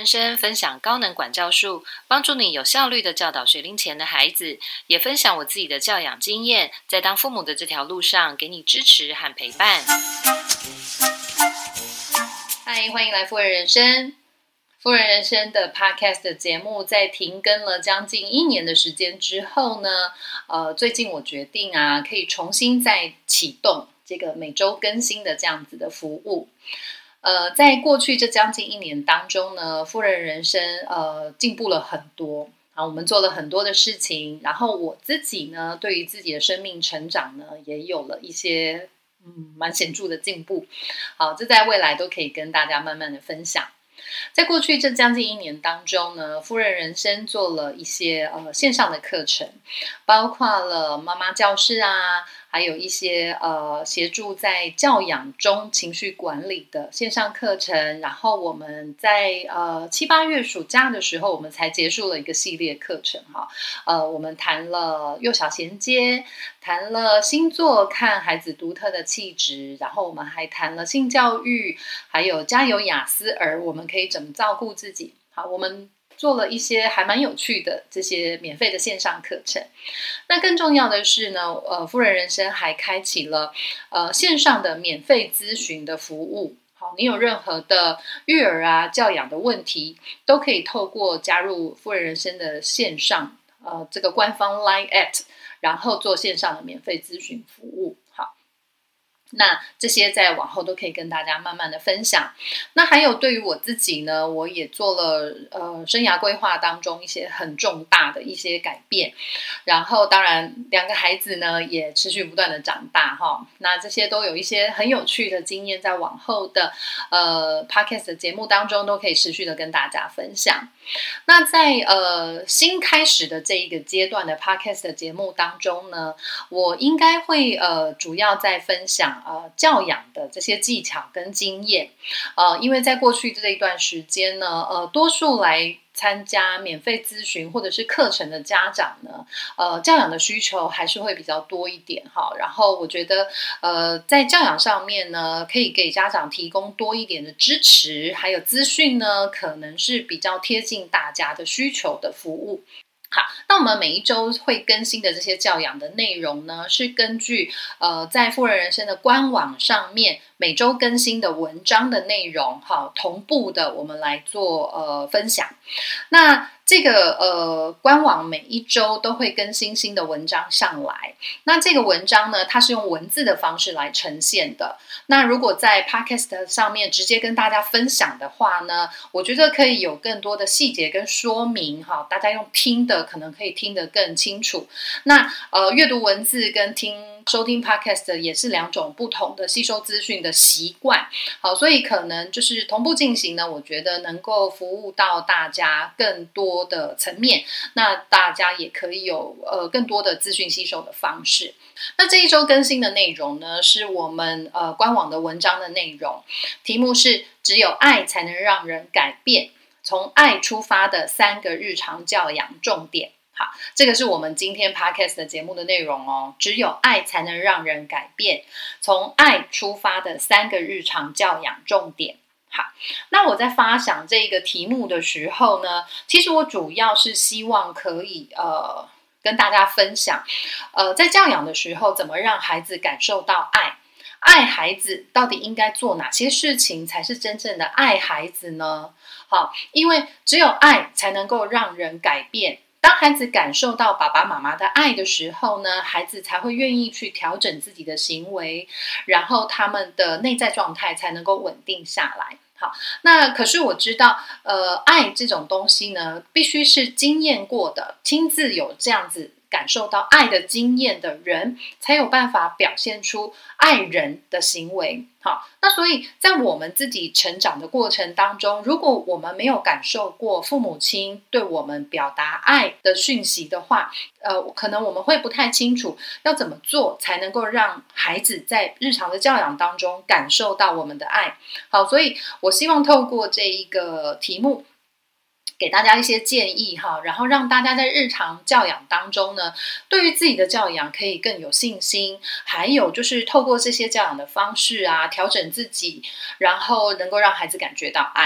人生分享高能管教术，帮助你有效率的教导学龄前的孩子，也分享我自己的教养经验，在当父母的这条路上给你支持和陪伴。嗨，欢迎来富人人生。富人人生的 podcast 的节目在停更了将近1年的时间之后呢，最近我决定可以重新再启动这个每周更新的这样子的服务。在过去这将近1年当中呢，富人人生进步了很多。我们做了很多的事情，然后我自己呢，对于自己的生命成长呢，也有了一些蛮显著的进步。好，这在未来都可以跟大家慢慢的分享。在过去这将近1年当中呢，富人人生做了一些线上的课程，包括了妈妈教室还有一些协助在教养中情绪管理的线上课程。然后我们在7、8月暑假的时候，我们才结束了一个系列课程我们谈了幼小衔接，谈了星座看孩子独特的气质，然后我们还谈了性教育，还有家有雅思儿我们可以怎么照顾自己。好，我们做了一些还蛮有趣的这些免费的线上课程。那更重要的是呢，富人人生还开启了线上的免费咨询的服务。好，你有任何的育儿教养的问题，都可以透过加入富人人生的线上这个官方 Line@ 然后做线上的免费咨询服务。好，那这些在往后都可以跟大家慢慢的分享。那还有对于我自己呢，我也做了生涯规划当中一些很重大的一些改变。然后当然2个孩子呢也持续不断的长大那这些都有一些很有趣的经验，在往后的podcast 的节目当中都可以持续的跟大家分享。那在新开始的这一个阶段的 podcast 的节目当中呢，我应该会主要在分享教养的这些技巧跟经验。因为在过去这一段时间呢，多数来参加免费咨询或者是课程的家长呢，教养的需求还是会比较多一点然后我觉得在教养上面呢，可以给家长提供多一点的支持，还有资讯呢，可能是比较贴近大家的需求的服务。好，那我们每一周会更新的这些教养的内容呢，是根据在富人人生的官网上面每周更新的文章的内容同步的我们来做分享。那这个官网每一周都会更新新的文章上来。那这个文章呢，它是用文字的方式来呈现的。那如果在 podcast 上面直接跟大家分享的话呢，我觉得可以有更多的细节跟说明大家用听的可能可以听得更清楚。那阅读文字跟收听 podcast 也是2种不同的吸收资讯的习惯。好，所以可能就是同步进行呢，我觉得能够服务到大家更多的层面，那大家也可以有更多的资讯吸收的方式。那这一周更新的内容呢，是我们官网的文章的内容，题目是只有爱才能让人改变，从爱出发的3个日常教养重点。好，这个是我们今天 podcast 的节目的内容只有爱才能让人改变，从爱出发的3个日常教养重点。好，那我在发想这个题目的时候呢，其实我主要是希望可以跟大家分享在教养的时候怎么让孩子感受到爱孩子到底应该做哪些事情才是真正的爱孩子呢？好，因为只有爱才能够让人改变。当孩子感受到爸爸妈妈的爱的时候呢，孩子才会愿意去调整自己的行为，然后他们的内在状态才能够稳定下来。好，那可是我知道爱这种东西呢，必须是经验过的，亲自有这样子感受到爱的经验的人，才有办法表现出爱人的行为。好，那所以在我们自己成长的过程当中，如果我们没有感受过父母亲对我们表达爱的讯息的话，可能我们会不太清楚要怎么做才能够让孩子在日常的教养当中感受到我们的爱。好，所以我希望透过这一个题目给大家一些建议然后让大家在日常教养当中呢，对于自己的教养可以更有信心，还有就是透过这些教养的方式调整自己，然后能够让孩子感觉到爱。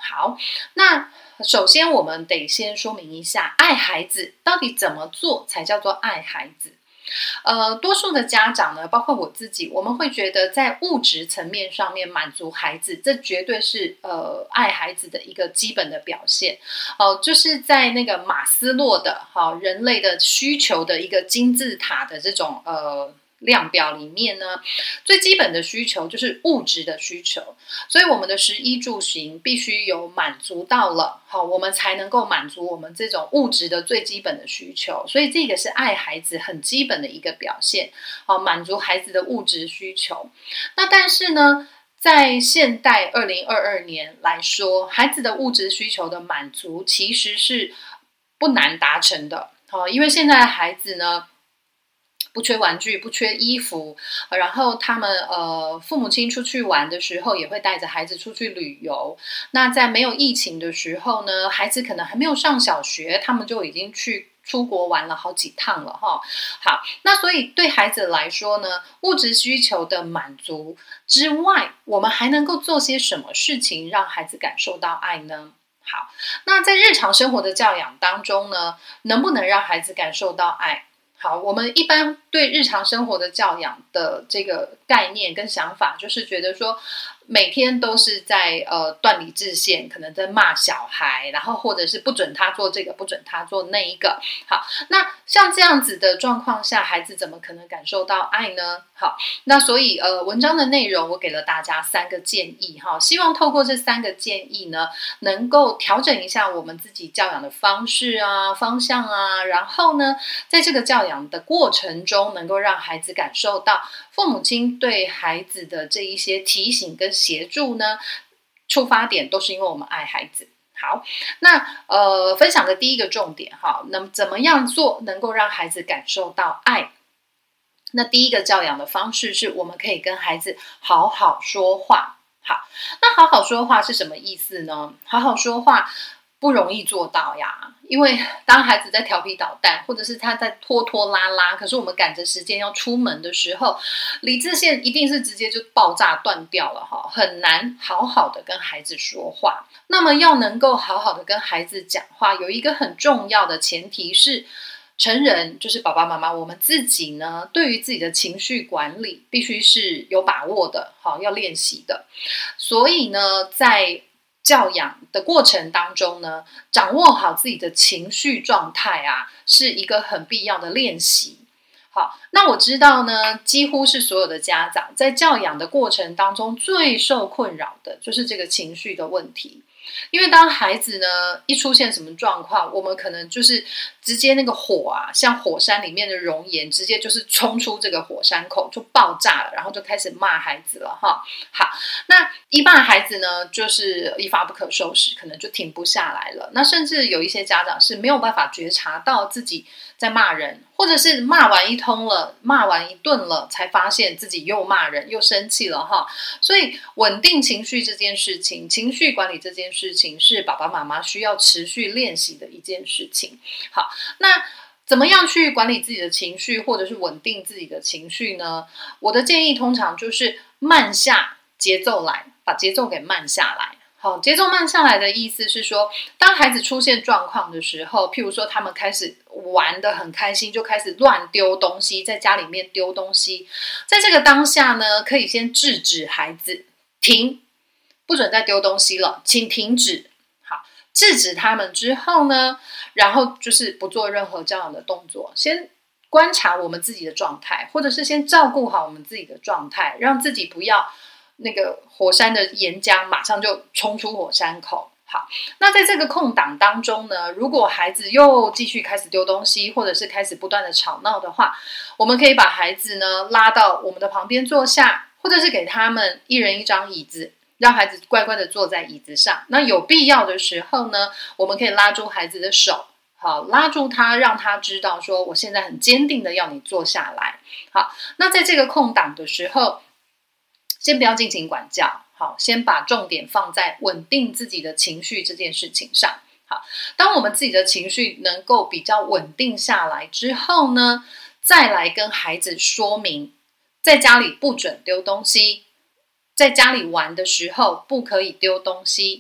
好，那首先我们得先说明一下，爱孩子到底怎么做才叫做爱孩子。多数的家长呢，包括我自己，我们会觉得在物质层面上面满足孩子，这绝对是爱孩子的一个基本的表现。就是在那个马斯洛的人类的需求的一个金字塔的这种量表里面呢，最基本的需求就是物质的需求，所以我们的食衣住行必须有满足到了，我们才能够满足我们这种物质的最基本的需求，所以这个是爱孩子很基本的一个表现，满足孩子的物质需求。那但是呢，在现代2022年来说，孩子的物质需求的满足其实是不难达成的，因为现在的孩子呢，不缺玩具，不缺衣服，然后他们父母亲出去玩的时候也会带着孩子出去旅游。那在没有疫情的时候呢，孩子可能还没有上小学，他们就已经去出国玩了好几趟了哈。好，那所以对孩子来说呢，物质需求的满足之外，我们还能够做些什么事情让孩子感受到爱呢？好，那在日常生活的教养当中呢，能不能让孩子感受到爱？好，我们一般对日常生活的教养的这个概念跟想法，就是觉得说每天都是在断理智线，可能在骂小孩，然后或者是不准他做这个，不准他做那一个。好，那像这样子的状况下，孩子怎么可能感受到爱呢？好，那所以文章的内容我给了大家3个建议哈，希望透过这3个建议呢，能够调整一下我们自己教养的方式啊、方向啊，然后呢，在这个教养的过程中，能够让孩子感受到父母亲对孩子的这一些提醒跟协助呢，出发点都是因为我们爱孩子。好，那分享的第一个重点哈，那么怎么样做能够让孩子感受到爱？那第一个教养的方式是我们可以跟孩子好好说话。好，那好好说话是什么意思呢？好好说话不容易做到呀，因为当孩子在调皮捣蛋，或者是他在拖拖拉拉，可是我们赶着时间要出门的时候，理智线一定是直接就爆炸断掉了哈，很难好好的跟孩子说话。那么要能够好好的跟孩子讲话，有一个很重要的前提是，成人就是爸爸妈妈，我们自己呢，对于自己的情绪管理必须是有把握的，好，要练习的。所以呢，在教养的过程当中呢，掌握好自己的情绪状态啊，是一个很必要的练习。好，那我知道呢，几乎是所有的家长在教养的过程当中最受困扰的就是这个情绪的问题。因为当孩子呢一出现什么状况，我们可能就是直接那个火啊，像火山里面的熔岩，直接就是冲出这个火山口就爆炸了，然后就开始骂孩子了哈。好，那一般孩子呢就是一发不可收拾，可能就停不下来了。那甚至有一些家长是没有办法觉察到自己在骂人，或者是骂完一通了，骂完一顿了，才发现自己又骂人又生气了哈。所以稳定情绪这件事情，情绪管理这件事情，是爸爸妈妈需要持续练习的一件事情。好，那怎么样去管理自己的情绪，或者是稳定自己的情绪呢？我的建议通常就是慢下节奏来，把节奏给慢下来。好，节奏慢下来的意思是说，当孩子出现状况的时候，譬如说他们开始玩得很开心，就开始乱丢东西，在家里面丢东西，在这个当下呢，可以先制止孩子，停，不准再丢东西了，请停止。好，制止他们之后呢，然后就是不做任何教养的动作，先观察我们自己的状态，或者是先照顾好我们自己的状态，让自己不要那个火山的岩浆马上就冲出火山口。好，那在这个空档当中呢，如果孩子又继续开始丢东西，或者是开始不断的吵闹的话，我们可以把孩子呢拉到我们的旁边坐下，或者是给他们一人一张椅子，让孩子乖乖的坐在椅子上。那有必要的时候呢，我们可以拉住孩子的手，好，拉住他，让他知道说我现在很坚定的要你坐下来。好，那在这个空档的时候，先不要进行管教，好，先把重点放在稳定自己的情绪这件事情上。好，当我们自己的情绪能够比较稳定下来之后呢，再来跟孩子说明，在家里不准丢东西，在家里玩的时候不可以丢东西。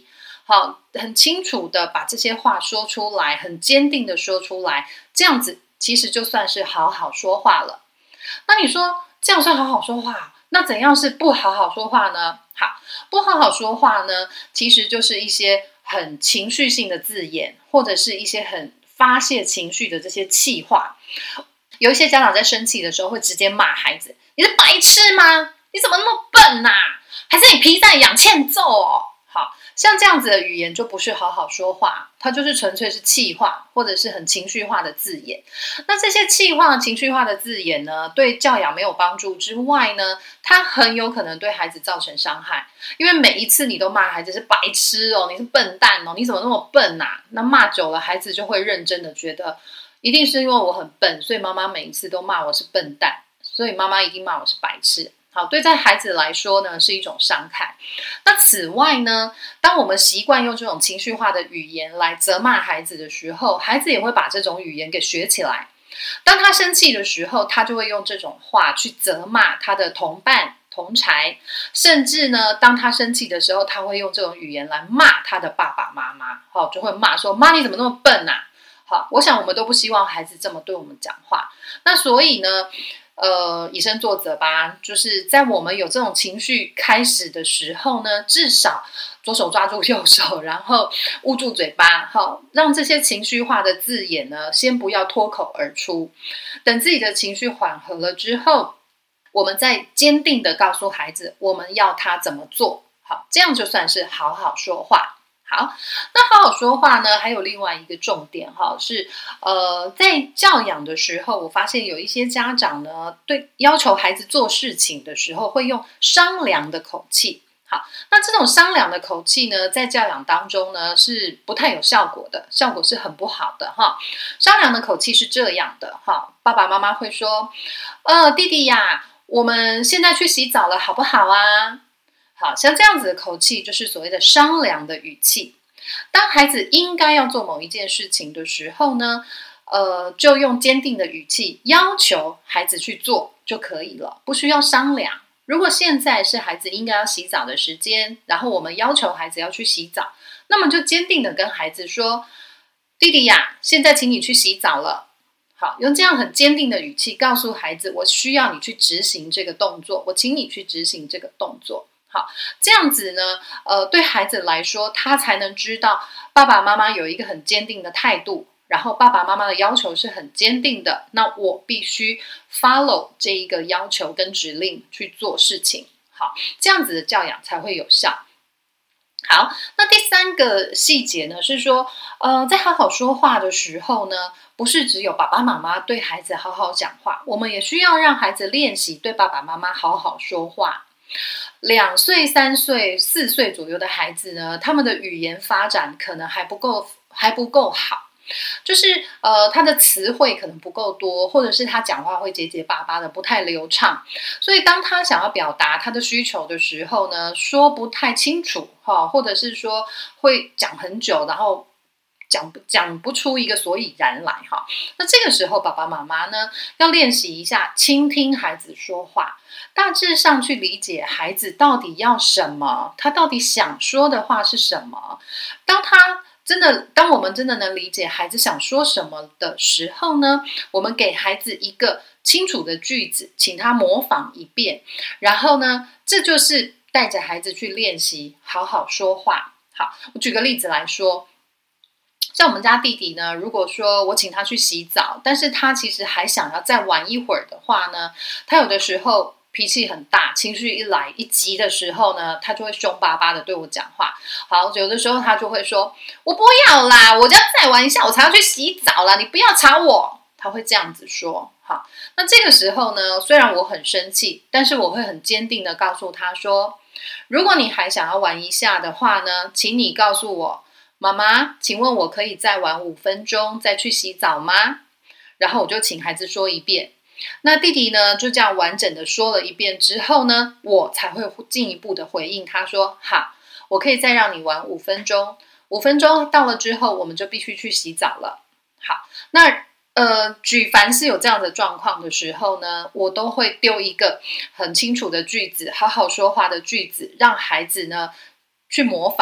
好，很清楚的把这些话说出来，很坚定的说出来，这样子其实就算是好好说话了。那你说这样算好好说话？那怎样是不好好说话呢？好，不好好说话呢，其实就是一些很情绪性的字眼，或者是一些很发泄情绪的这些气话。有一些家长在生气的时候会直接骂孩子：“你是白痴吗？你怎么那么笨啊？还是你皮在痒欠揍哦？”好像这样子的语言就不是好好说话，它就是纯粹是气话，或者是很情绪化的字眼。那这些气话、情绪化的字眼呢，对教养没有帮助之外呢，它很有可能对孩子造成伤害。因为每一次你都骂孩子是白痴哦，你是笨蛋哦，你怎么那么笨啊？那骂久了，孩子就会认真的觉得，一定是因为我很笨，所以妈妈每一次都骂我是笨蛋，所以妈妈一定骂我是白痴。好，对在孩子来说呢，是一种伤害。那此外呢，当我们习惯用这种情绪化的语言来责骂孩子的时候，孩子也会把这种语言给学起来。当他生气的时候，他就会用这种话去责骂他的同伴、同侪，甚至呢，当他生气的时候，他会用这种语言来骂他的爸爸妈妈。好，就会骂说：“妈，你怎么那么笨啊？”好，我想我们都不希望孩子这么对我们讲话。那所以呢，以身作则吧，就是在我们有这种情绪开始的时候呢，至少左手抓住右手，然后捂住嘴巴，好，让这些情绪化的字眼呢，先不要脱口而出。等自己的情绪缓和了之后，我们再坚定的告诉孩子，我们要他怎么做。好，这样就算是好好说话。好，那好好说话呢，还有另外一个重点哈，是在教养的时候，我发现有一些家长呢，对要求孩子做事情的时候，会用商量的口气。好，那这种商量的口气呢，在教养当中呢是不太有效果的，效果是很不好的哈。商量的口气是这样的哈，爸爸妈妈会说：“弟弟呀，我们现在去洗澡了，好不好啊？”好像这样子的口气就是所谓的商量的语气。当孩子应该要做某一件事情的时候呢，就用坚定的语气要求孩子去做就可以了，不需要商量。如果现在是孩子应该要洗澡的时间，然后我们要求孩子要去洗澡，那么就坚定的跟孩子说：“弟弟呀，现在请你去洗澡了。”好，用这样很坚定的语气告诉孩子，我需要你去执行这个动作，我请你去执行这个动作。好，这样子呢，对孩子来说，他才能知道爸爸妈妈有一个很坚定的态度，然后爸爸妈妈的要求是很坚定的，那我必须 follow 这一个要求跟指令去做事情。好，这样子的教养才会有效。好，那第三个细节呢，是说，在好好说话的时候呢，不是只有爸爸妈妈对孩子好好讲话，我们也需要让孩子练习对爸爸妈妈好好说话。2岁、3岁、4岁左右的孩子呢，他们的语言发展可能还不够好，就是他的词汇可能不够多，或者是他讲话会结结巴巴的，不太流畅。所以当他想要表达他的需求的时候呢，说不太清楚哈，或者是说会讲很久，然后讲不出一个所以然来哈。那这个时候爸爸妈妈呢，要练习一下倾听孩子说话，大致上去理解孩子到底要什么，他到底想说的话是什么。当我们真的能理解孩子想说什么的时候呢，我们给孩子一个清楚的句子，请他模仿一遍，然后呢，这就是带着孩子去练习好好说话。好，我举个例子来说，像我们家弟弟呢，如果说我请他去洗澡，但是他其实还想要再玩一会儿的话呢，他有的时候脾气很大，情绪一来一急的时候呢，他就会凶巴巴的对我讲话。好，有的时候他就会说：“我不要啦，我就要再玩一下，我才要去洗澡啦，你不要吵我。”他会这样子说。好，那这个时候呢，虽然我很生气，但是我会很坚定的告诉他说：“如果你还想要玩一下的话呢，请你告诉我。妈妈，请问我可以再玩5分钟再去洗澡吗？”然后我就请孩子说一遍。那弟弟呢，就这样完整的说了一遍之后呢，我才会进一步的回应他说：“好，我可以再让你玩5分钟，5分钟到了之后，我们就必须去洗澡了。”好，那举凡是有这样的状况的时候呢，我都会丢一个很清楚的句子，好好说话的句子，让孩子呢去模仿。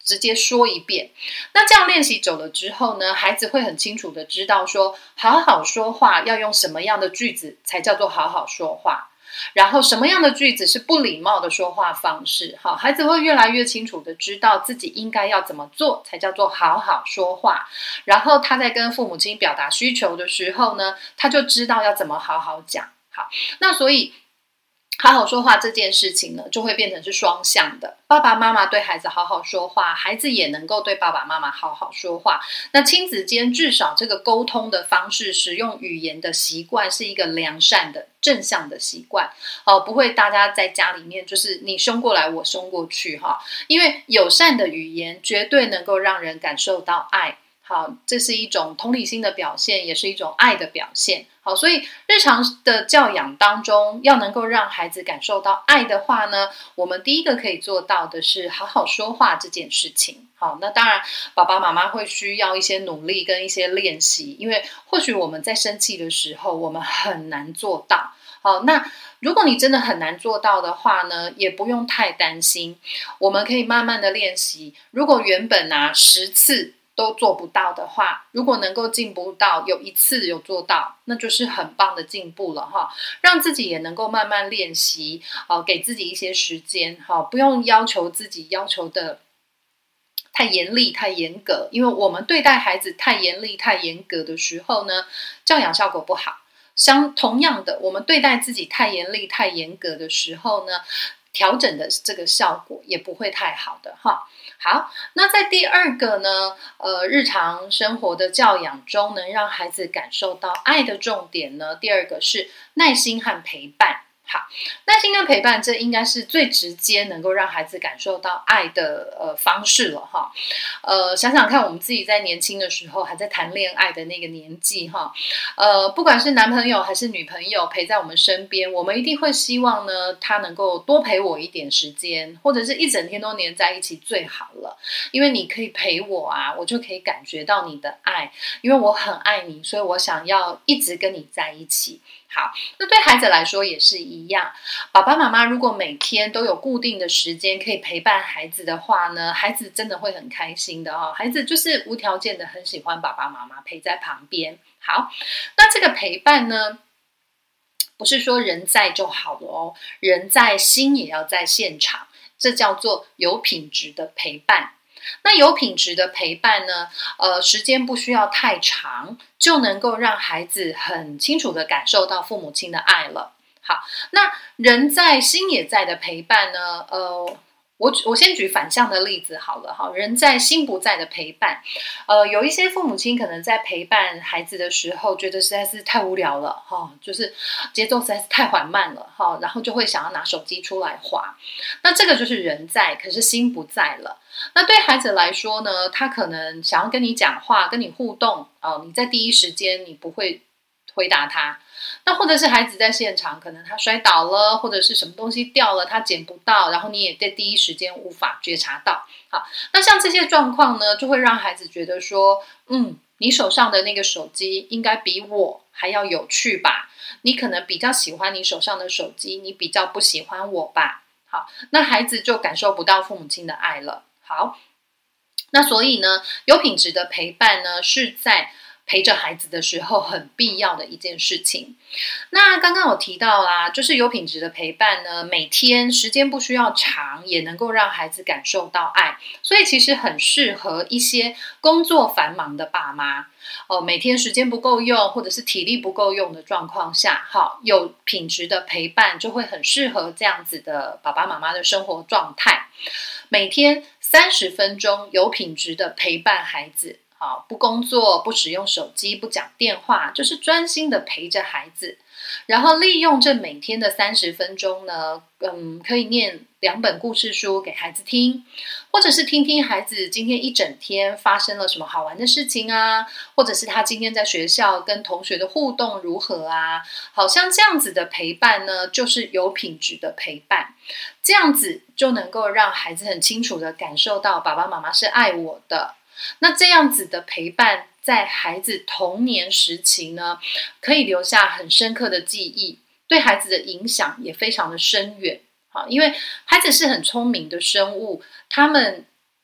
直接说一遍。那这样练习久了之后呢，孩子会很清楚的知道说，好好说话要用什么样的句子才叫做好好说话，然后什么样的句子是不礼貌的说话方式。好，孩子会越来越清楚的知道自己应该要怎么做才叫做好好说话，然后他在跟父母亲表达需求的时候呢，他就知道要怎么好好讲。好，那所以好好说话这件事情呢，就会变成是双向的。爸爸妈妈对孩子好好说话，孩子也能够对爸爸妈妈好好说话。那亲子间至少这个沟通的方式、使用语言的习惯是一个良善的、正向的习惯。不会大家在家里面就是你凶过来，我凶过去哈。因为友善的语言绝对能够让人感受到爱。好，这是一种同理心的表现，也是一种爱的表现。好，所以日常的教养当中，要能够让孩子感受到爱的话呢，我们第一个可以做到的是好好说话这件事情。好，那当然爸爸妈妈会需要一些努力跟一些练习，因为或许我们在生气的时候，我们很难做到。好，那如果你真的很难做到的话呢，也不用太担心，我们可以慢慢的练习。如果原本10次都做不到的话，如果能够进步到有1次有做到，那就是很棒的进步了哈。让自己也能够慢慢练习，给自己一些时间，不用要求自己要求的太严厉太严格，因为我们对待孩子太严厉太严格的时候呢，教养效果不好。同样的，我们对待自己太严厉太严格的时候呢，调整的这个效果也不会太好的哈。好，那在第二个呢，日常生活的教养中，能让孩子感受到爱的重点呢，第二个是耐心和陪伴。好，耐心跟陪伴，这应该是最直接能够让孩子感受到爱的方式了哈。想想看，我们自己在年轻的时候，还在谈恋爱的那个年纪哈，不管是男朋友还是女朋友陪在我们身边，我们一定会希望呢，他能够多陪我一点时间，或者是一整天都黏在一起最好了。因为你可以陪我啊，我就可以感觉到你的爱，因为我很爱你，所以我想要一直跟你在一起。好，那对孩子来说也是一样。爸爸妈妈如果每天都有固定的时间可以陪伴孩子的话呢，孩子真的会很开心的哦。孩子就是无条件的很喜欢爸爸妈妈陪在旁边。好，那这个陪伴呢，不是说人在就好了哦，人在心也要在现场，这叫做有品质的陪伴。那有品质的陪伴呢，时间不需要太长，就能够让孩子很清楚的感受到父母亲的爱了。好，那人在心也在的陪伴呢，我先举反向的例子好了哈，人在心不在的陪伴，有一些父母亲可能在陪伴孩子的时候，觉得实在是太无聊了哈，就是节奏实在是太缓慢了哈，然后就会想要拿手机出来滑。那这个就是人在，可是心不在了。那对孩子来说呢，他可能想要跟你讲话，跟你互动，你在第一时间你不会回答他。那或者是孩子在现场，可能他摔倒了，或者是什么东西掉了，他捡不到，然后你也在第一时间无法觉察到。好，那像这些状况呢，就会让孩子觉得说，你手上的那个手机应该比我还要有趣吧？你可能比较喜欢你手上的手机，你比较不喜欢我吧？好，那孩子就感受不到父母亲的爱了。好，那所以呢，有品质的陪伴呢，是在陪着孩子的时候很必要的一件事情。那刚刚有提到啦，就是有品质的陪伴呢，每天时间不需要长，也能够让孩子感受到爱，所以其实很适合一些工作繁忙的爸妈。每天时间不够用，或者是体力不够用的状况下，好，有品质的陪伴就会很适合这样子的爸爸妈妈的生活状态。每天30分钟有品质的陪伴孩子，好，不工作，不使用手机，不讲电话，就是专心的陪着孩子。然后利用这每天的30分钟呢，可以念2本故事书给孩子听，或者是听听孩子今天一整天发生了什么好玩的事情啊，或者是他今天在学校跟同学的互动如何啊。好像这样子的陪伴呢，就是有品质的陪伴，这样子就能够让孩子很清楚的感受到爸爸妈妈是爱我的。那这样子的陪伴在孩子童年时期呢，可以留下很深刻的记忆，对孩子的影响也非常的深远。好，因为孩子是很聪明的生物，他们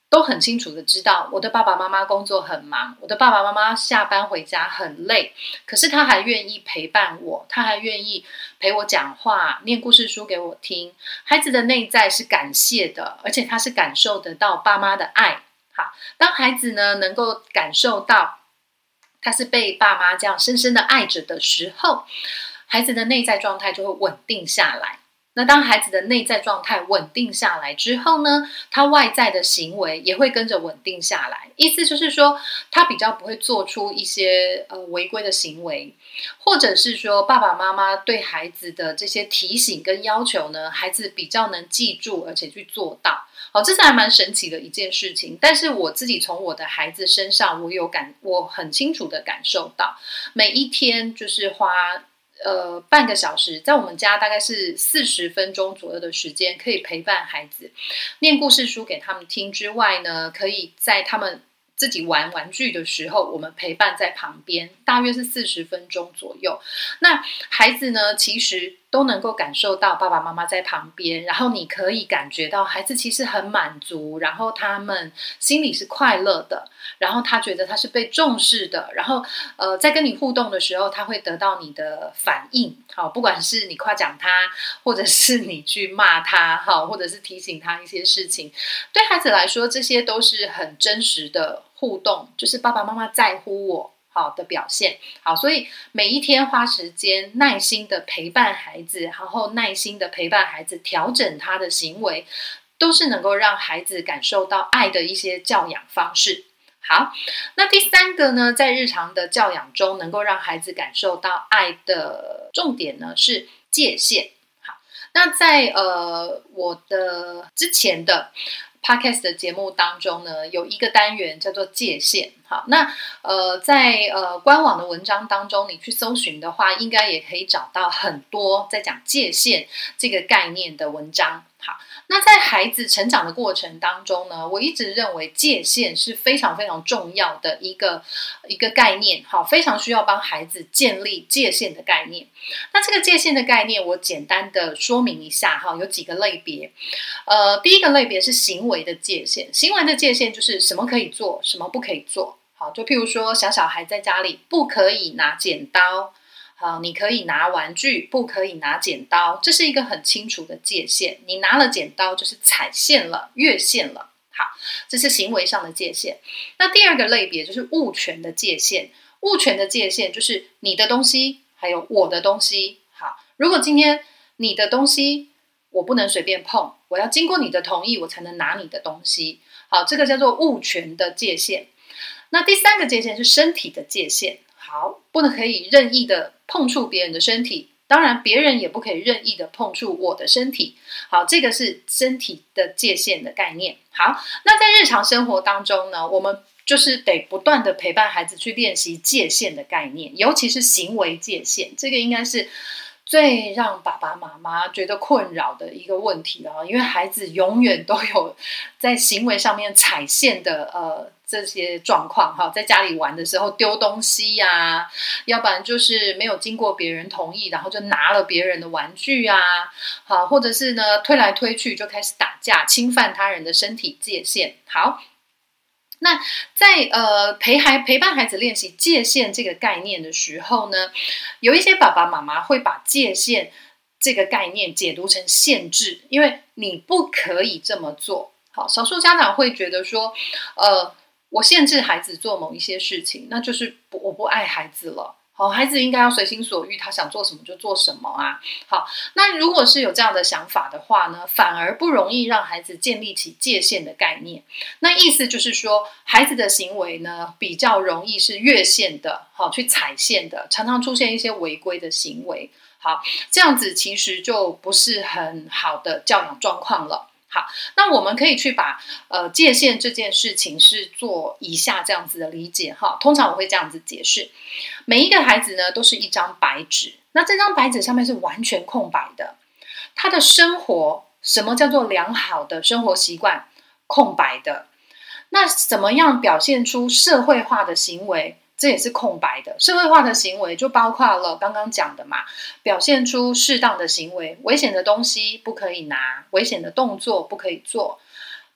都很清楚的知道我的爸爸妈妈工作很忙，我的爸爸妈妈下班回家很累，可是他还愿意陪伴我，他还愿意陪我讲话，念故事书给我听。孩子的内在是感谢的，而且他是感受得到爸妈的爱。好，当孩子呢能够感受到他是被爸妈这样深深的爱着的时候，孩子的内在状态就会稳定下来。那当孩子的内在状态稳定下来之后呢，他外在的行为也会跟着稳定下来。意思就是说，他比较不会做出一些违规的行为，或者是说爸爸妈妈对孩子的这些提醒跟要求呢，孩子比较能记住而且去做到。这是还蛮神奇的一件事情。但是我自己从我的孩子身上，我很清楚的感受到，每一天就是花半个小时，在我们家大概是40分钟左右的时间，可以陪伴孩子，念故事书给他们听之外呢，可以在他们自己玩玩具的时候，我们陪伴在旁边，大约是40分钟左右。那孩子呢，其实都能够感受到爸爸妈妈在旁边，然后你可以感觉到孩子其实很满足，然后他们心里是快乐的，然后他觉得他是被重视的，然后在跟你互动的时候，他会得到你的反应。好，不管是你夸奖他，或者是你去骂他，好，或者是提醒他一些事情，对孩子来说，这些都是很真实的互动，就是爸爸妈妈在乎我好的表现。好，所以每一天花时间耐心的陪伴孩子，然后耐心的陪伴孩子调整他的行为，都是能够让孩子感受到爱的一些教养方式。好，那第三个呢，在日常的教养中能够让孩子感受到爱的重点呢，是界限。好，那在我的之前的Podcast 的节目当中呢，有一个单元叫做界限。好，那在官网的文章当中，你去搜寻的话，应该也可以找到很多在讲界限这个概念的文章。好，那在孩子成长的过程当中呢，我一直认为界限是非常非常重要的一个概念。好，非常需要帮孩子建立界限的概念。那这个界限的概念，我简单的说明一下哈，有几个类别。第一个类别是行为的界限，行为的界限就是什么可以做，什么不可以做。好，就譬如说小孩在家里不可以拿剪刀，好，你可以拿玩具，不可以拿剪刀，这是一个很清楚的界限。你拿了剪刀就是踩线了，越线了。好，这是行为上的界限。那第二个类别就是物权的界限，物权的界限就是你的东西还有我的东西。好，如果今天你的东西我不能随便碰，我要经过你的同意我才能拿你的东西。好，这个叫做物权的界限。那第三个界限是身体的界限。好，不能可以任意的碰触别人的身体，当然别人也不可以任意的碰触我的身体。好，这个是身体的界限的概念。好，那在日常生活当中呢，我们就是得不断的陪伴孩子去练习界限的概念，尤其是行为界限，这个应该是最让爸爸妈妈觉得困扰的一个问题因为孩子永远都有在行为上面踩线的这些状况哈，在家里玩的时候丢东西呀，要不然就是没有经过别人同意，然后就拿了别人的玩具啊，好，或者是呢推来推去就开始打架，侵犯他人的身体界限。好，那在陪伴孩子练习界限这个概念的时候呢，有一些爸爸妈妈会把界限这个概念解读成限制，因为你不可以这么做。好，少数家长会觉得说我限制孩子做某一些事情，那就是我不爱孩子了。好，孩子应该要随心所欲，他想做什么就做什么啊。好，那如果是有这样的想法的话呢，反而不容易让孩子建立起界限的概念。那意思就是说，孩子的行为呢，比较容易是越线的，好，去踩线的，常常出现一些违规的行为。好，这样子其实就不是很好的教养状况了。好，那我们可以去把界限这件事情是做以下这样子的理解哈。通常我会这样子解释，每一个孩子呢都是一张白纸，那这张白纸上面是完全空白的。他的生活，什么叫做良好的生活习惯？空白的。那怎么样表现出社会化的行为？这也是空白的。社会化的行为就包括了刚刚讲的嘛，表现出适当的行为，危险的东西不可以拿，危险的动作不可以做，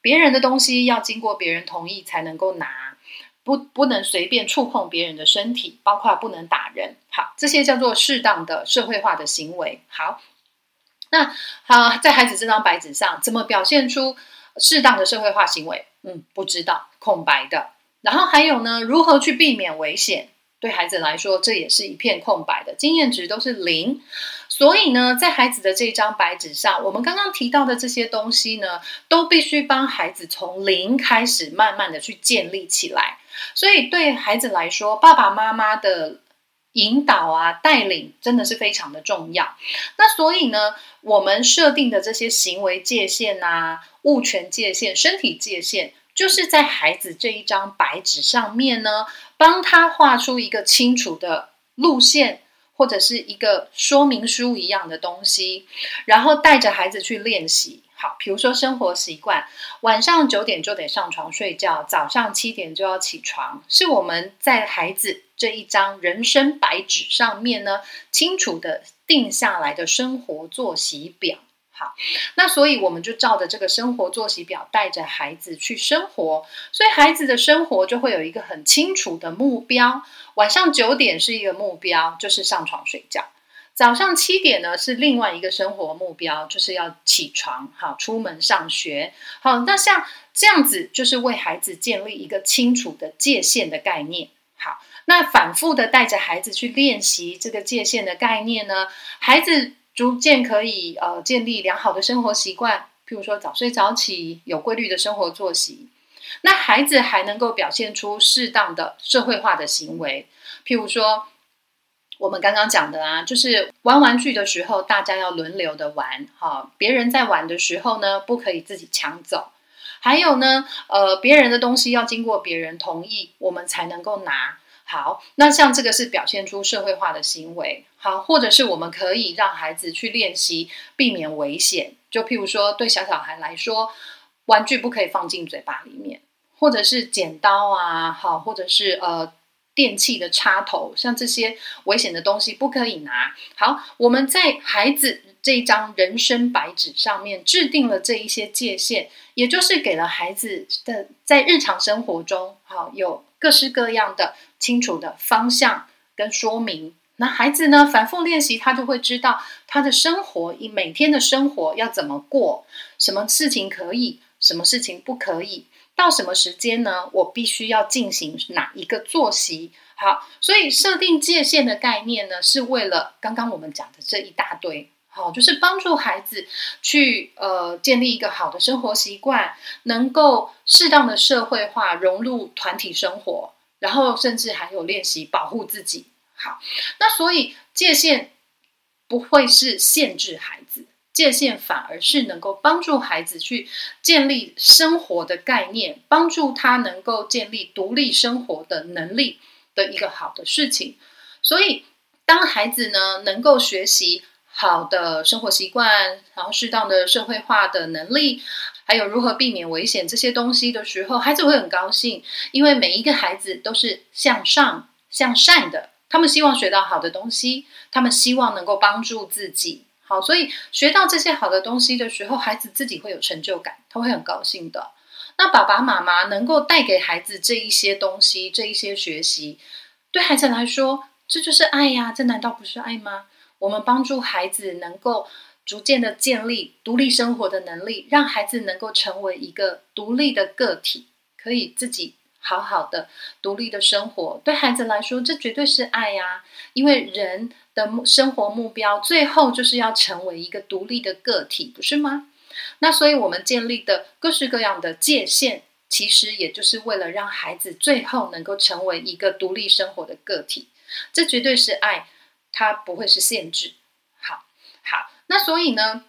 别人的东西要经过别人同意才能够拿，不能随便触碰别人的身体，包括不能打人。好，这些叫做适当的社会化的行为。好，那在孩子这张白纸上怎么表现出适当的社会化行为？不知道，空白的。然后还有呢，如何去避免危险？对孩子来说，这也是一片空白的，经验值都是0。所以呢，在孩子的这张白纸上，我们刚刚提到的这些东西呢，都必须帮孩子从0开始，慢慢的去建立起来。所以对孩子来说，爸爸妈妈的引导啊、带领真的是非常的重要。那所以呢，我们设定的这些行为界限啊、物权界限、身体界限，就是在孩子这一张白纸上面呢，帮他画出一个清楚的路线，或者是一个说明书一样的东西，然后带着孩子去练习。好，比如说生活习惯，晚上9点就得上床睡觉，早上7点就要起床，是我们在孩子这一张人生白纸上面呢，清楚的定下来的生活作息表。好，那所以我们就照着这个生活作息表带着孩子去生活，所以孩子的生活就会有一个很清楚的目标。晚上9点是一个目标，就是上床睡觉。早上7点呢是另外一个生活目标，就是要起床，好，出门上学。好，那像这样子就是为孩子建立一个清楚的界限的概念。好，那反复的带着孩子去练习这个界限的概念呢，孩子逐渐可以建立良好的生活习惯，譬如说早睡早起，有规律的生活作息。那孩子还能够表现出适当的社会化的行为，譬如说我们刚刚讲的啊，就是玩玩具的时候大家要轮流的玩，别人在玩的时候呢不可以自己抢走。还有呢别人的东西要经过别人同意我们才能够拿。好，那像这个是表现出社会化的行为。好，或者是我们可以让孩子去练习避免危险，就譬如说对小孩来说，玩具不可以放进嘴巴里面，或者是剪刀啊，好，或者是电器的插头，像这些危险的东西不可以拿。好，我们在孩子这一张人生白纸上面制定了这一些界限，也就是给了孩子的在日常生活中好有各式各样的清楚的方向跟说明。那孩子呢反复练习，他就会知道他的生活每天的生活要怎么过，什么事情可以，什么事情不可以，到什么时间呢我必须要进行哪一个作息。好，所以设定界限的概念呢，是为了刚刚我们讲的这一大堆。好，就是帮助孩子去建立一个好的生活习惯，能够适当的社会化，融入团体生活，然后甚至还有练习保护自己。好，那所以界限不会是限制孩子，界限反而是能够帮助孩子去建立生活的概念，帮助他能够建立独立生活的能力的一个好的事情。所以当孩子呢能够学习好的生活习惯，然后适当的社会化的能力，还有如何避免危险这些东西的时候，孩子会很高兴，因为每一个孩子都是向上向善的，他们希望学到好的东西，他们希望能够帮助自己。好，所以学到这些好的东西的时候，孩子自己会有成就感，他会很高兴的。那爸爸妈妈能够带给孩子这一些东西，这一些学习，对孩子来说这就是爱呀，这难道不是爱吗？我们帮助孩子能够逐渐的建立独立生活的能力，让孩子能够成为一个独立的个体，可以自己好好的独立的生活。对孩子来说这绝对是爱呀，因为人的生活目标最后就是要成为一个独立的个体，不是吗？那所以我们建立的各式各样的界限，其实也就是为了让孩子最后能够成为一个独立生活的个体，这绝对是爱，它不会是限制。好，那所以呢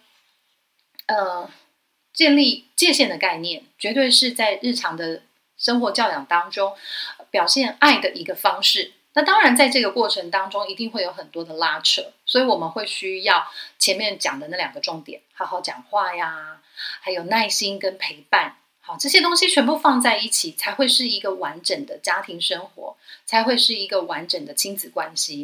建立界限的概念绝对是在日常的生活教养当中表现爱的一个方式。那当然在这个过程当中一定会有很多的拉扯，所以我们会需要前面讲的那2个重点，好好讲话呀，还有耐心跟陪伴。好，这些东西全部放在一起，才会是一个完整的家庭生活，才会是一个完整的亲子关系。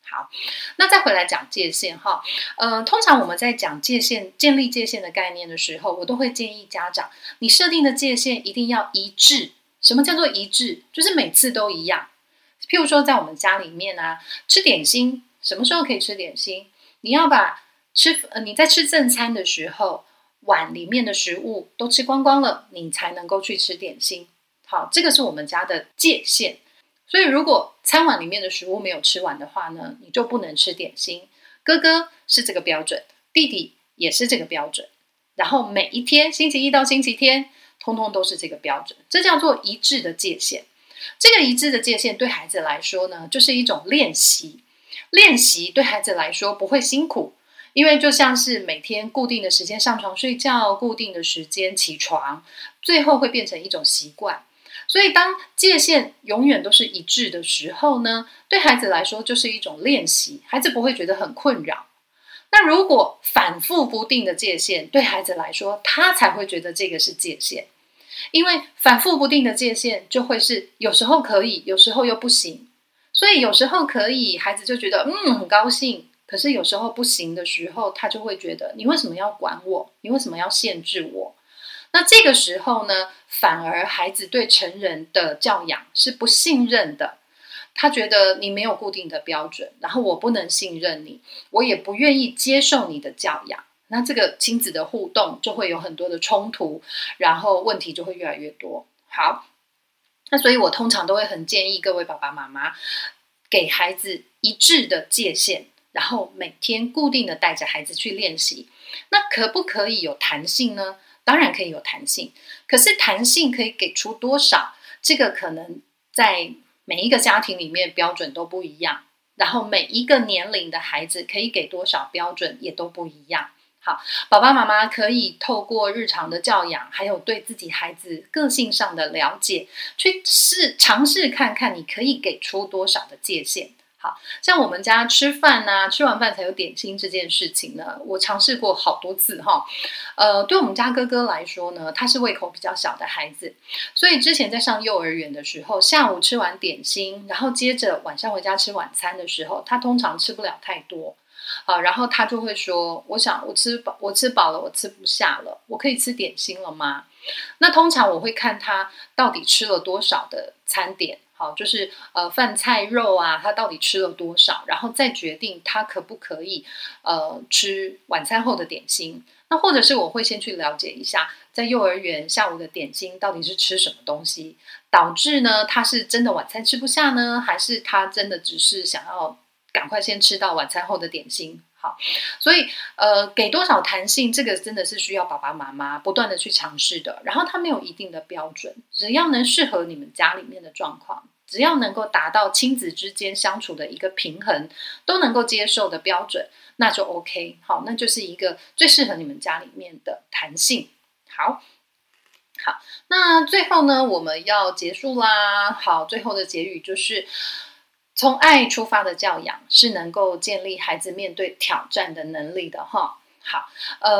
好，那再回来讲界限哈，通常我们在讲界限、建立界限的概念的时候，我都会建议家长，你设定的界限一定要一致。什么叫做一致？就是每次都一样。譬如说，在我们家里面啊，吃点心，什么时候可以吃点心？你要把你在吃正餐的时候，碗里面的食物都吃光光了，你才能够去吃点心。好，这个是我们家的界限。所以如果餐碗里面的食物没有吃完的话呢，你就不能吃点心。哥哥是这个标准，弟弟也是这个标准，然后每一天星期一到星期天通通都是这个标准，这叫做一致的界限。这个一致的界限对孩子来说呢，就是一种练习。练习对孩子来说不会辛苦，因为就像是每天固定的时间上床睡觉，固定的时间起床，最后会变成一种习惯。所以当界限永远都是一致的时候呢，对孩子来说就是一种练习，孩子不会觉得很困扰。那如果反复不定的界限，对孩子来说他才会觉得这个是界限。因为反复不定的界限就会是有时候可以，有时候又不行。所以有时候可以，孩子就觉得很高兴，可是有时候不行的时候，他就会觉得你为什么要管我？你为什么要限制我？那这个时候呢，反而孩子对成人的教养是不信任的，他觉得你没有固定的标准，然后我不能信任你，我也不愿意接受你的教养。那这个亲子的互动就会有很多的冲突，然后问题就会越来越多。好，那所以我通常都会很建议各位爸爸妈妈给孩子一致的界限，然后每天固定的带着孩子去练习。那可不可以有弹性呢？当然可以有弹性，可是弹性可以给出多少，这个可能在每一个家庭里面标准都不一样，然后每一个年龄的孩子可以给多少标准也都不一样。好，爸爸妈妈可以透过日常的教养，还有对自己孩子个性上的了解，去尝试看看你可以给出多少的界限。好，像我们家吃饭啊，吃完饭才有点心这件事情呢，我尝试过好多次哈。对我们家哥哥来说呢，他是胃口比较小的孩子，所以之前在上幼儿园的时候，下午吃完点心，然后接着晚上回家吃晚餐的时候，他通常吃不了太多。好，然后他就会说：“我吃饱了，我吃不下了，我可以吃点心了吗？”那通常我会看他到底吃了多少的餐点，好，就是饭菜肉啊，他到底吃了多少，然后再决定他可不可以吃晚餐后的点心。那或者是我会先去了解一下，在幼儿园下午的点心到底是吃什么东西，导致呢他是真的晚餐吃不下呢，还是他真的只是想要赶快先吃到晚餐后的点心。好，所以给多少弹性，这个真的是需要爸爸妈妈不断的去尝试的。然后它没有一定的标准，只要能适合你们家里面的状况，只要能够达到亲子之间相处的一个平衡，都能够接受的标准，那就 OK。好，那就是一个最适合你们家里面的弹性。好，那最后呢，我们要结束啦。好，最后的结语就是，从爱出发的教养是能够建立孩子面对挑战的能力的哈。好，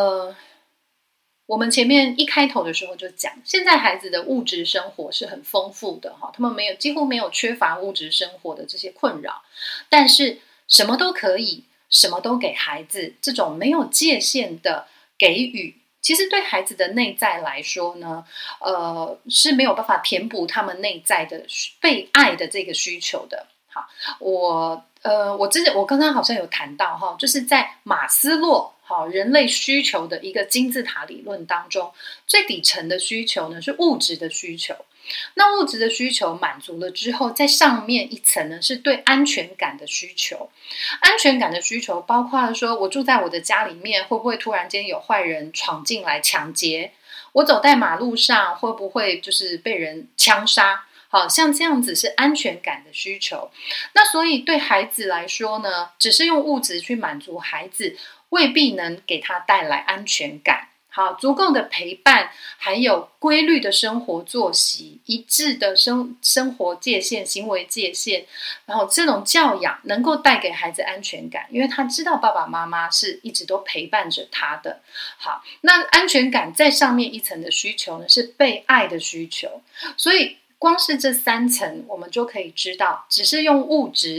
我们前面一开头的时候就讲，现在孩子的物质生活是很丰富的哈，他们几乎没有缺乏物质生活的这些困扰，但是什么都可以，什么都给孩子，这种没有界限的给予，其实对孩子的内在来说呢，是没有办法填补他们内在的被爱的这个需求的。好，我刚刚好像有谈到哈，就是在马斯洛人类需求的一个金字塔理论当中，最底层的需求呢是物质的需求。那物质的需求满足了之后，在上面一层呢是对安全感的需求。安全感的需求包括了说，我住在我的家里面，会不会突然间有坏人闯进来抢劫？我走在马路上，会不会就是被人枪杀？好像这样子是安全感的需求。那所以对孩子来说呢，只是用物质去满足孩子，未必能给他带来安全感。好，足够的陪伴，还有规律的生活作息，一致的生活界限、行为界限，然后这种教养能够带给孩子安全感，因为他知道爸爸妈妈是一直都陪伴着他的。好，那安全感在上面一层的需求呢，是被爱的需求。所以光是这3层，我们就可以知道，只是用物质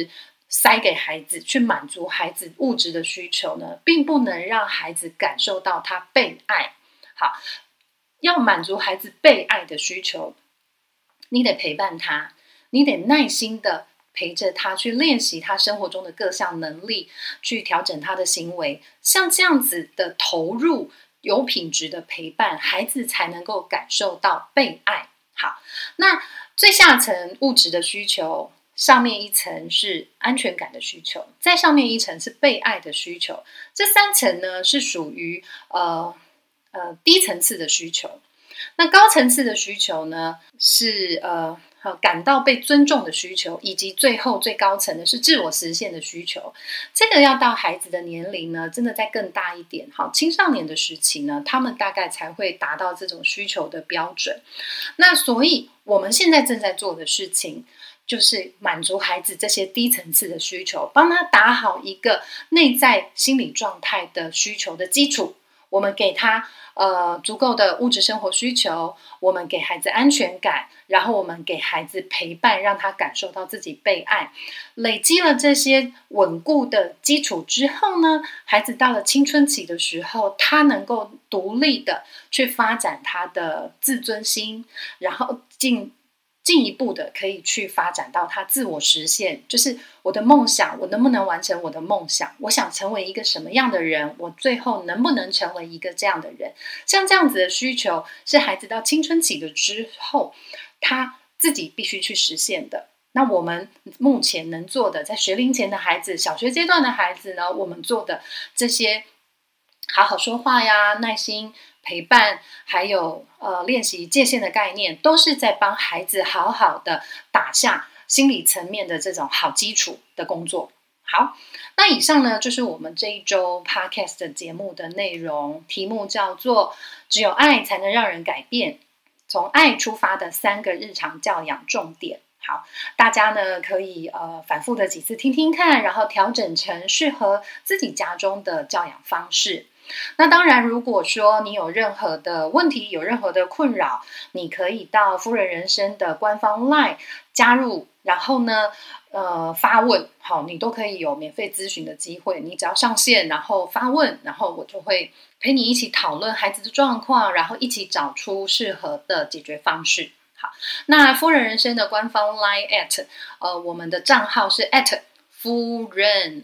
塞给孩子，去满足孩子物质的需求呢，并不能让孩子感受到他被爱。好，要满足孩子被爱的需求，你得陪伴他，你得耐心的陪着他去练习他生活中的各项能力，去调整他的行为。像这样子的投入，有品质的陪伴，孩子才能够感受到被爱。好，那最下层物质的需求，上面一层是安全感的需求，再上面一层是被爱的需求。这三层呢是属于低层次的需求。那高层次的需求呢是感到被尊重的需求，以及最后最高层的是自我实现的需求。这个要到孩子的年龄呢，真的再更大一点，好，青少年的时期呢，他们大概才会达到这种需求的标准。那所以我们现在正在做的事情，就是满足孩子这些低层次的需求，帮他打好一个内在心理状态的需求的基础。我们给他足够的物质生活需求，我们给孩子安全感，然后我们给孩子陪伴，让他感受到自己被爱。累积了这些稳固的基础之后呢，孩子到了青春期的时候，他能够独立的去发展他的自尊心，然后进一步的可以去发展到他自我实现，就是我的梦想，我能不能完成我的梦想？我想成为一个什么样的人？我最后能不能成为一个这样的人？像这样子的需求，是孩子到青春期的之后，他自己必须去实现的。那我们目前能做的，在学龄前的孩子、小学阶段的孩子呢，我们做的这些好好说话呀，耐心陪伴，还有练习界限的概念，都是在帮孩子好好的打下心理层面的这种好基础的工作。好，那以上呢就是我们这一周 Podcast 的节目的内容，题目叫做只有爱才能让人改变，从爱出发的3个日常教养重点。好，大家呢可以反复的几次听听看，然后调整成适合自己家中的教养方式。那当然，如果说你有任何的问题，有任何的困扰，你可以到夫人人生的官方 LINE 加入，然后呢发问，好，你都可以有免费咨询的机会。你只要上线，然后发问，然后我就会陪你一起讨论孩子的状况，然后一起找出适合的解决方式。好，那夫人人生的官方 LINE@ 我们的账号是夫人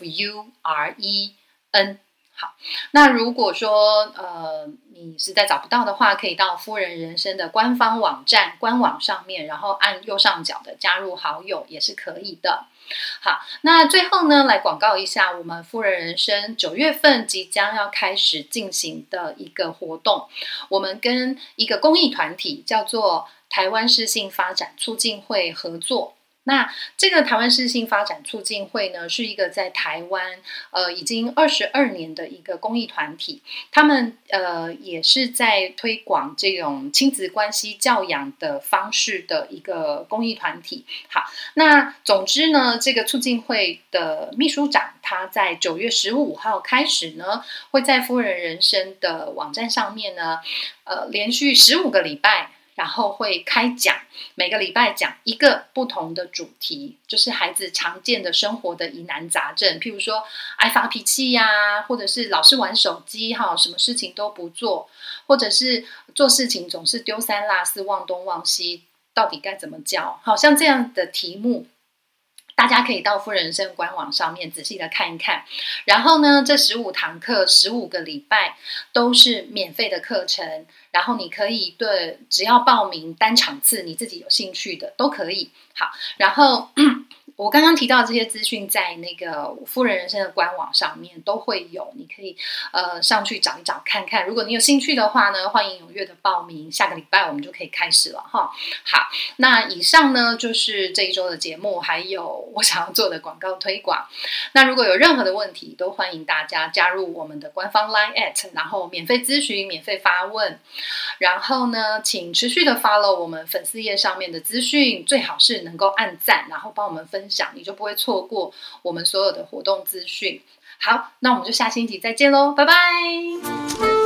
FUREN。好，那如果说你实在找不到的话，可以到夫人人生的官方网站官网上面，然后按右上角的加入好友也是可以的。好，那最后呢，来广告一下我们夫人人生9月份即将要开始进行的一个活动。我们跟一个公益团体叫做台湾适性发展促进会合作。那这个台湾适性发展促进会呢，是一个在台湾已经22年的一个公益团体，他们也是在推广这种亲子关系教养的方式的一个公益团体。好，那总之呢，这个促进会的秘书长他在9月15号开始呢，会在夫人人生的网站上面呢连续15个礼拜，然后会开讲，每个礼拜讲一个不同的主题，就是孩子常见的生活的疑难杂症，譬如说爱发脾气呀，或者是老是玩手机哈，什么事情都不做，或者是做事情总是丢三落四、忘东忘西，到底该怎么教？好像这样的题目，大家可以到夫人人生官网上面仔细的看一看。然后呢，这15堂课15个礼拜都是免费的课程，然后你可以只要报名单场次你自己有兴趣的都可以。好，然后我刚刚提到这些资讯在那个夫人人生的官网上面都会有，你可以上去找一找看看。如果你有兴趣的话呢，欢迎踊跃的报名，下个礼拜我们就可以开始了哈。好，那以上呢就是这一周的节目，还有我想要做的广告推广。那如果有任何的问题，都欢迎大家加入我们的官方 LINE@， 然后免费咨询、免费发问。然后呢，请持续的 follow 我们粉丝页上面的资讯，最好是能够按赞，然后帮我们分享，你就不会错过我们所有的活动资讯。好，那我们就下星期再见咯，拜拜。